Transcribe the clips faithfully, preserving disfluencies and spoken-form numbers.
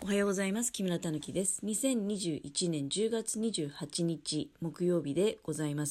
はようございます。木村たぬきです。にせんにじゅういちねんじゅうがつにじゅうはちにち木曜日でございます。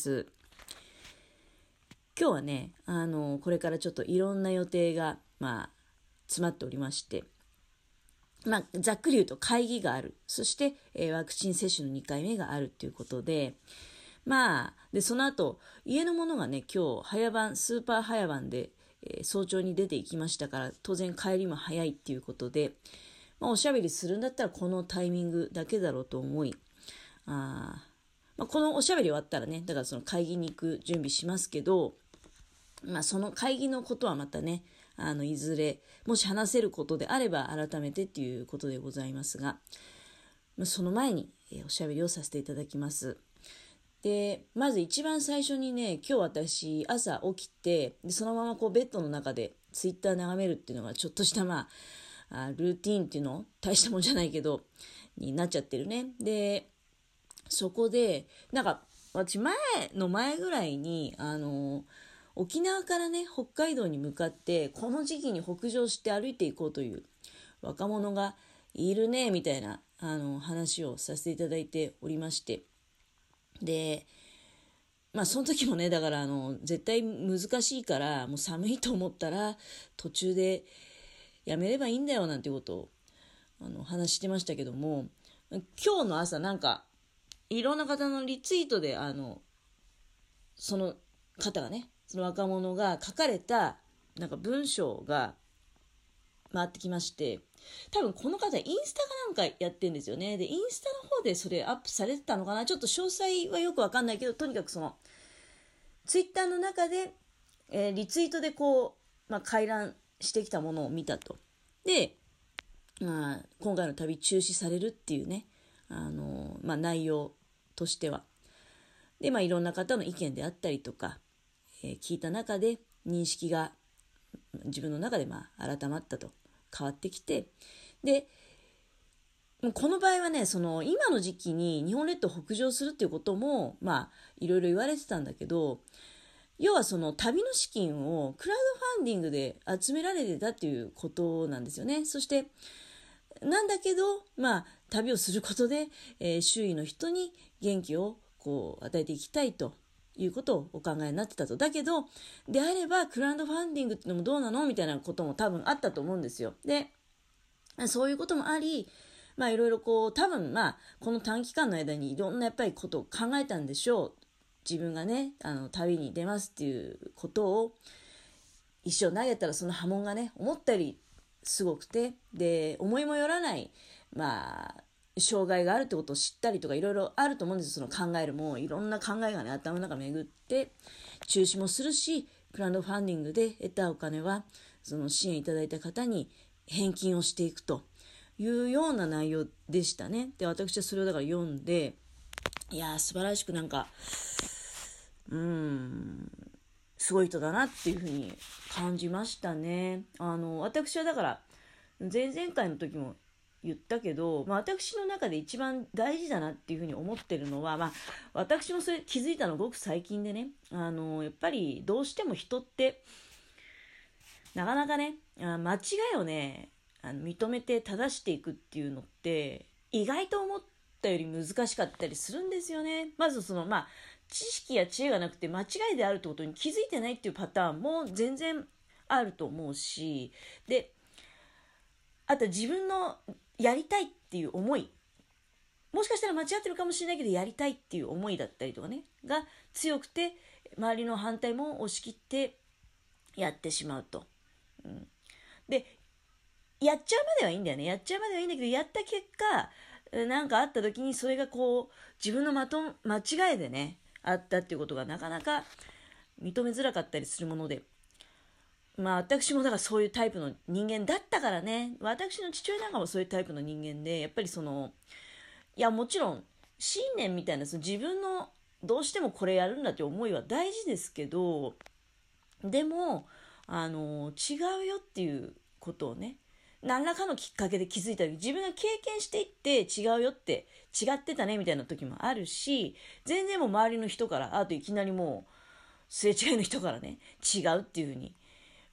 今日はね、あの、これからちょっといろんな予定が、まあ、詰まっておりまして、まあ、ざっくり言うと会議がある。そして、えーワクチン接種のにかいめがあるということで、まあ、で、その後、家のものがね、今日、早番、スーパー早番で、えー早朝に出ていきましたから、当然帰りも早いっていうことで、まあ、おしゃべりするんだったらこのタイミングだけだろうと思い、あまあ、このおしゃべり終わったらね、だからその会議に行く準備しますけど、まあ、その会議のことはまたね、あのいずれもし話せることであれば改めてっていうことでございますが、まあ、その前に、えーおしゃべりをさせていただきます。でまず一番最初にね、今日私朝起きて、でそのままこうベッドの中でツイッター眺めるっていうのがちょっとしたまああルーティーンっていうの大したもんじゃないけどになっちゃってるね。でそこでなんか私前の前ぐらいにあの沖縄からね北海道に向かってこの時期に北上して歩いていこうという若者がいるねみたいなあの話をさせていただいておりまして、でまあその時もね、だからあの絶対難しいからもう寒いと思ったら途中でやめればいいんだよなんてことをあの話してましたけども、今日の朝なんかいろんな方のリツイートであのその方がね、その若者が書かれたなんか文章が回ってきまして、多分この方インスタかなんかやってるんですよね。でインスタの方でそれアップされてたのかな、ちょっと詳細はよくわかんないけど、とにかくそのツイッターの中で、えーリツイートでこう、まあ、回覧してきたものを見たと。で、まあ、今回の旅中止されるっていうね、あのまあ、内容としては。で、まあ、いろんな方の意見であったりとか、えー聞いた中で認識が自分の中でまあ改まったと、変わってきて、で、この場合はね、その今の時期に日本列島北上するっていうことも、まあ、いろいろ言われてたんだけど、要はその旅の資金をクラウドファンディングで集められてたっていうことなんですよね。そしてなんだけど、まあ旅をすることで、えー周囲の人に元気をこう与えていきたいということをお考えになってたと。だけどであればクラウドファンディングっていうのもどうなのみたいなことも多分あったと思うんですよ。でそういうこともあり、まあいろいろこう多分まあこの短期間の間にいろんなやっぱりことを考えたんでしょう。自分がね、あの旅に出ますっていうことを石を投げたらその波紋がね思ったよりすごくて、で思いもよらないまあ障害があるってことを知ったりとかいろいろあると思うんですよ。その考えるもいろんな考えがね頭の中巡って中止もするし、クラウドファンディングで得たお金はその支援いただいた方に返金をしていくというような内容でしたね。で私はそれをだから読んで、いやー素晴らしくなんかうーんすごい人だなっていうふうに感じましたね。あの私はだから前々回の時も言ったけど、まあ、私の中で一番大事だなっていうふうに思ってるのは、まあ、私もそれ気づいたのごく最近でね、あのやっぱりどうしても人ってなかなかね、あ間違いをねあの認めて正していくっていうのって意外と思ったより難しかったりするんですよね。まずそのまあ知識や知恵がなくて間違いであるってことに気づいてないっていうパターンも全然あると思うし、であと自分のやりたいっていう思い、もしかしたら間違ってるかもしれないけどやりたいっていう思いだったりとかねが強くて、周りの反対も押し切ってやってしまうと、うん、でやっちゃうまではいいんだよね。やっちゃうまではいいんだけど、やった結果なんかあった時にそれがこう自分のまと間違いでねあったっていうことがなかなか認めづらかったりするもので、まあ私もだからそういうタイプの人間だったからね、私の父親なんかもそういうタイプの人間で、やっぱりそのいやもちろん信念みたいなその自分のどうしてもこれやるんだって思いは大事ですけど、でもあの違うよっていうことをね何らかのきっかけで気づいたり、自分が経験していって違うよって違ってたねみたいな時もあるし、全然もう周りの人からあといきなりもうすれ違いの人からね違うっていう風に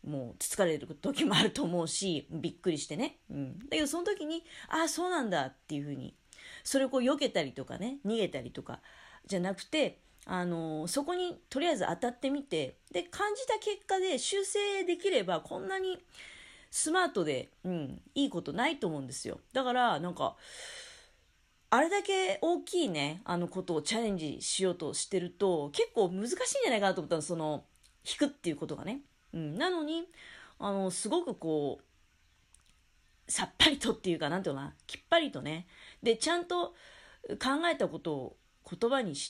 もうつつかれる時もあると思うし、びっくりしてね、うん、だけどその時にああそうなんだっていうふうに、それをこう避けたりとかね、逃げたりとかじゃなくて、あのそこにとりあえず当たってみて、で感じた結果で修正できればこんなにスマートで、うん、いいことないと思うんですよ。だからなんかあれだけ大きいね、あのことをチャレンジしようとしてると結構難しいんじゃないかなと思ったの、その引くっていうことがね。うん、なのにあのすごくこうさっぱりとっていうか、なんていうのかな、きっぱりとね、でちゃんと考えたことを言葉にして、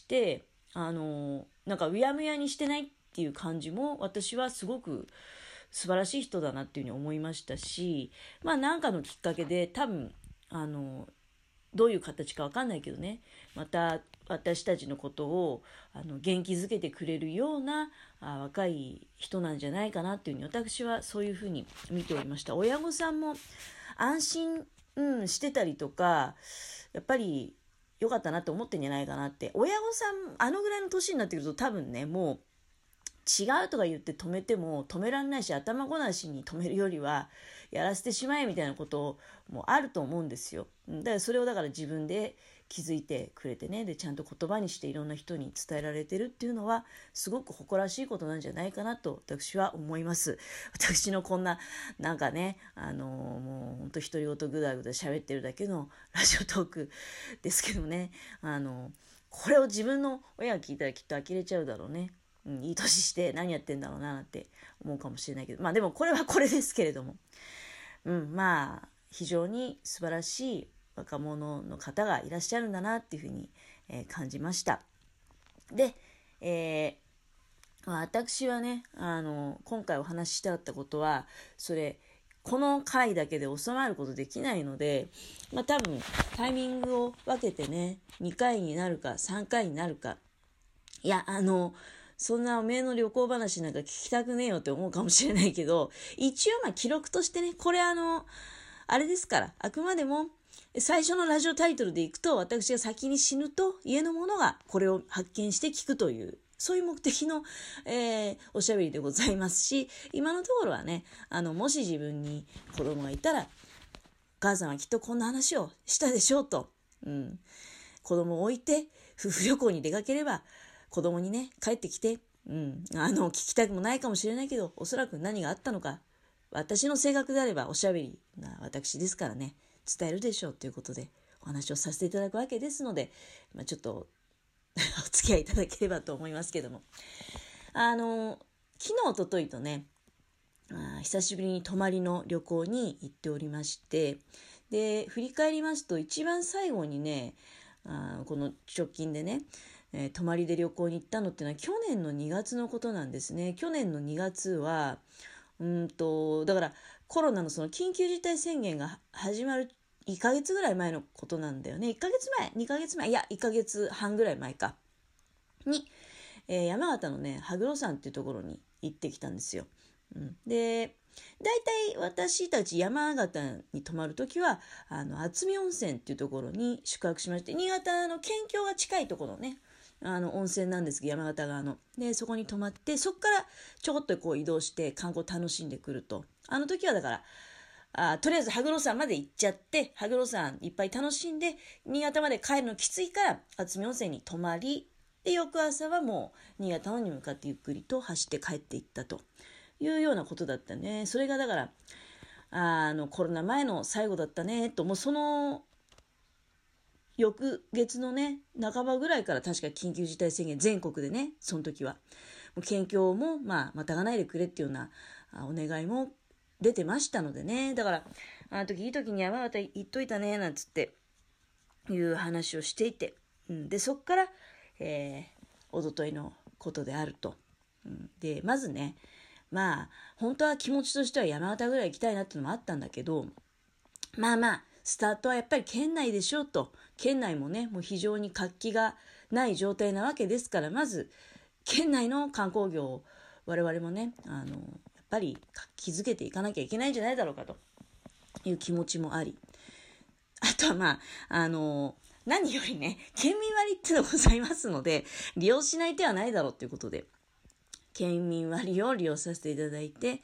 あのなんかうやむやにしてないっていう感じも私はすごく素晴らしい人だなっていうふうに思いましたし、まあなんかのきっかけで多分あのどういう形かわかんないけどね、また私たちのことをあの元気づけてくれるようなあ若い人なんじゃないかなっていうふうに私はそういうふうに見ておりました。親御さんも安心、うん、してたりとか、やっぱり良かったなって思ってんじゃないかなって。親御さんあのぐらいの年になってくると多分ね、もう違うとか言って止めても止めらんないし、頭ごなしに止めるよりはやらせてしまえみたいなこともあると思うんですよ。だからそれをだから自分で気づいてくれてね、でちゃんと言葉にしていろんな人に伝えられてるっていうのはすごく誇らしいことなんじゃないかなと私は思います。私のこんななんかね、あのもうほんと独り言ぐだぐだ喋ってるだけのラジオトークですけどね、あのこれを自分の親が聞いたらきっと呆れちゃうだろうね。うん、いい年して何やってんだろうななんて思うかもしれないけど、まあでもこれはこれですけれども、うん、まあ非常に素晴らしい若者の方がいらっしゃるんだなっていうふうに、えー、感じました。で、えーまあ、私はね、あの今回お話ししたかったことは、それこの回だけで収まることできないので、まあ多分タイミングを分けてね、にかいになるかさんかいになるか、いやあのそんなおめえの旅行話なんか聞きたくねえよって思うかもしれないけど、一応まあ記録としてね、これあのあれですから、あくまでも最初のラジオタイトルでいくと、私が先に死ぬと家の者がこれを発見して聞くという、そういう目的の、えー、おしゃべりでございますし、今のところはね、あのもし自分に子供がいたら、お母さんはきっとこんな話をしたでしょうと、うん、子供を置いて夫婦旅行に出かければ子供にね帰ってきて、うん、あの聞きたくもないかもしれないけど、おそらく何があったのか、私の性格であればおしゃべりな私ですからね、伝えるでしょうということでお話をさせていただくわけですので、まあ、ちょっとお付き合いいただければと思いますけども、あの昨日おとといとね、あ久しぶりに泊まりの旅行に行っておりまして、で振り返りますと一番最後にね、あこの直近でね、えー、泊まりで旅行に行ったのっていうのは去年のにがつのことなんですね。去年のにがつはうんとだからコロナのその緊急事態宣言が始まるいっかげつぐらい前のことなんだよね。いっかげつまえにかげつまえいやいっかげつはんぐらい前かに、えー、山形のね羽黒山っていうところに行ってきたんですよ。うん、でだいたい私たち山形に泊まるときはあの渥美温泉っていうところに宿泊しまして、新潟の県境が近いところね、あの温泉なんですけど、山形側のでそこに泊まって、そこからちょこっとこう移動して観光楽しんでくると。あの時はだからあとりあえず羽黒山まで行っちゃって、羽黒山いっぱい楽しんで新潟まで帰るのきついから渥美温泉に泊まり、で翌朝はもう新潟の方に向かってゆっくりと走って帰っていったというようなことだったね。それがだからあのコロナ前の最後だったねと、もうその翌月のね半ばぐらいから確か緊急事態宣言全国でね、その時はもう県境もまあまたがないでくれっていうようなお願いも出てましたのでね、だからあの時いい時に山形行っといたねなんつっていう話をしていて、うん、でそっから、えー、一昨日のことであると、うん、でまずね、まあ本当は気持ちとしては山形ぐらい行きたいなっていうのもあったんだけど、まあまあスタートはやっぱり県内でしょうと。県内もねもう非常に活気がない状態なわけですから、まず県内の観光業を我々もねあのやっぱり活気づけていかなきゃいけないんじゃないだろうかという気持ちもあり、あとはまああの何よりね県民割っていうのがございますので、利用しない手はないだろうということで県民割を利用させていただいて、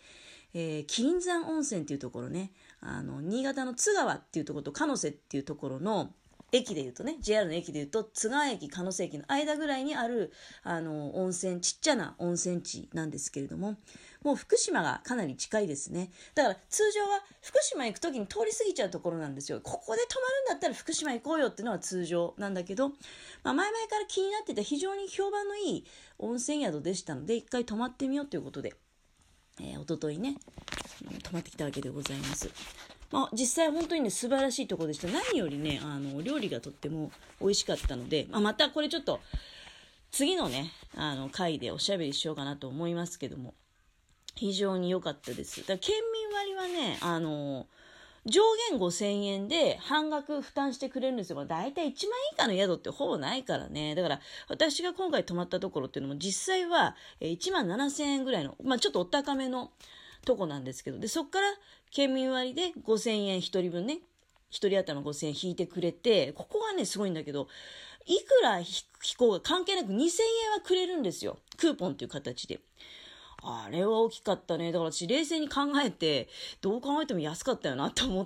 えー、麒麟山温泉っていうところね、あの、新潟の津川っていうところと鹿瀬っていうところの、駅で言うとね、ジェイアール の駅で言うと、津川駅、鹿瀬駅の間ぐらいにある、あの、温泉、ちっちゃな温泉地なんですけれども、もう福島がかなり近いですね。だから通常は福島行くときに通り過ぎちゃうところなんですよ。ここで泊まるんだったら福島行こうよっていうのは通常なんだけど、まあ、前々から気になってた非常に評判のいい温泉宿でしたので、一回泊まってみようということで、えー、おとといね、泊まってきたわけでございます。まあ、実際本当にね素晴らしいところでした。何よりねあの料理がとっても美味しかったので、まあ、またこれちょっと次のねあの回でおしゃべりしようかなと思いますけども、非常に良かったです。だから県民割はねあの上限ごせんえんで半額負担してくれるんですよ。だいたいいちまん円以下の宿ってほぼないからね。だから私が今回泊まったところっていうのも実際はいちまんななせんえんぐらいの、まあ、ちょっとお高めのとこなんですけど、でそっから県民割でごせんえんひとりぶんね、ひとり頭ごせんえん引いてくれて、ここがねすごいんだけど、いくら引こうが関係なくにせんえんはくれるんですよ、クーポンっていう形で。あれは大きかったね。だから私冷静に考えて、どう考えても安かったよなと思って、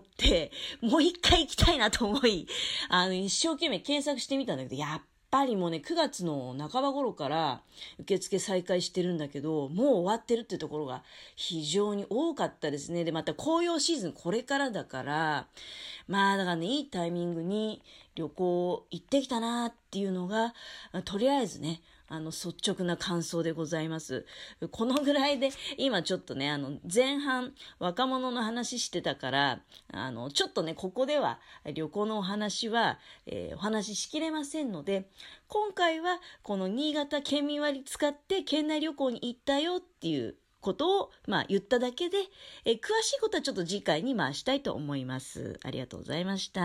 もう一回行きたいなと思い、あの一生懸命検索してみたんだけど、やっぱりもうねくがつの半ば頃から受付再開してるんだけど、もう終わってるっていうところが非常に多かったですね。でまた紅葉シーズンこれからだから、まあだからねいいタイミングに旅行行ってきたなっていうのがとりあえずねあの率直な感想でございます。このぐらいで今ちょっとねあの前半若者の話してたから、あのちょっとねここでは旅行のお話は、えー、お話ししきれませんので、今回はこの新潟県民割使って県内旅行に行ったよっていうことを、まあ、言っただけで、えー、詳しいことはちょっと次回に回したいと思います。ありがとうございました。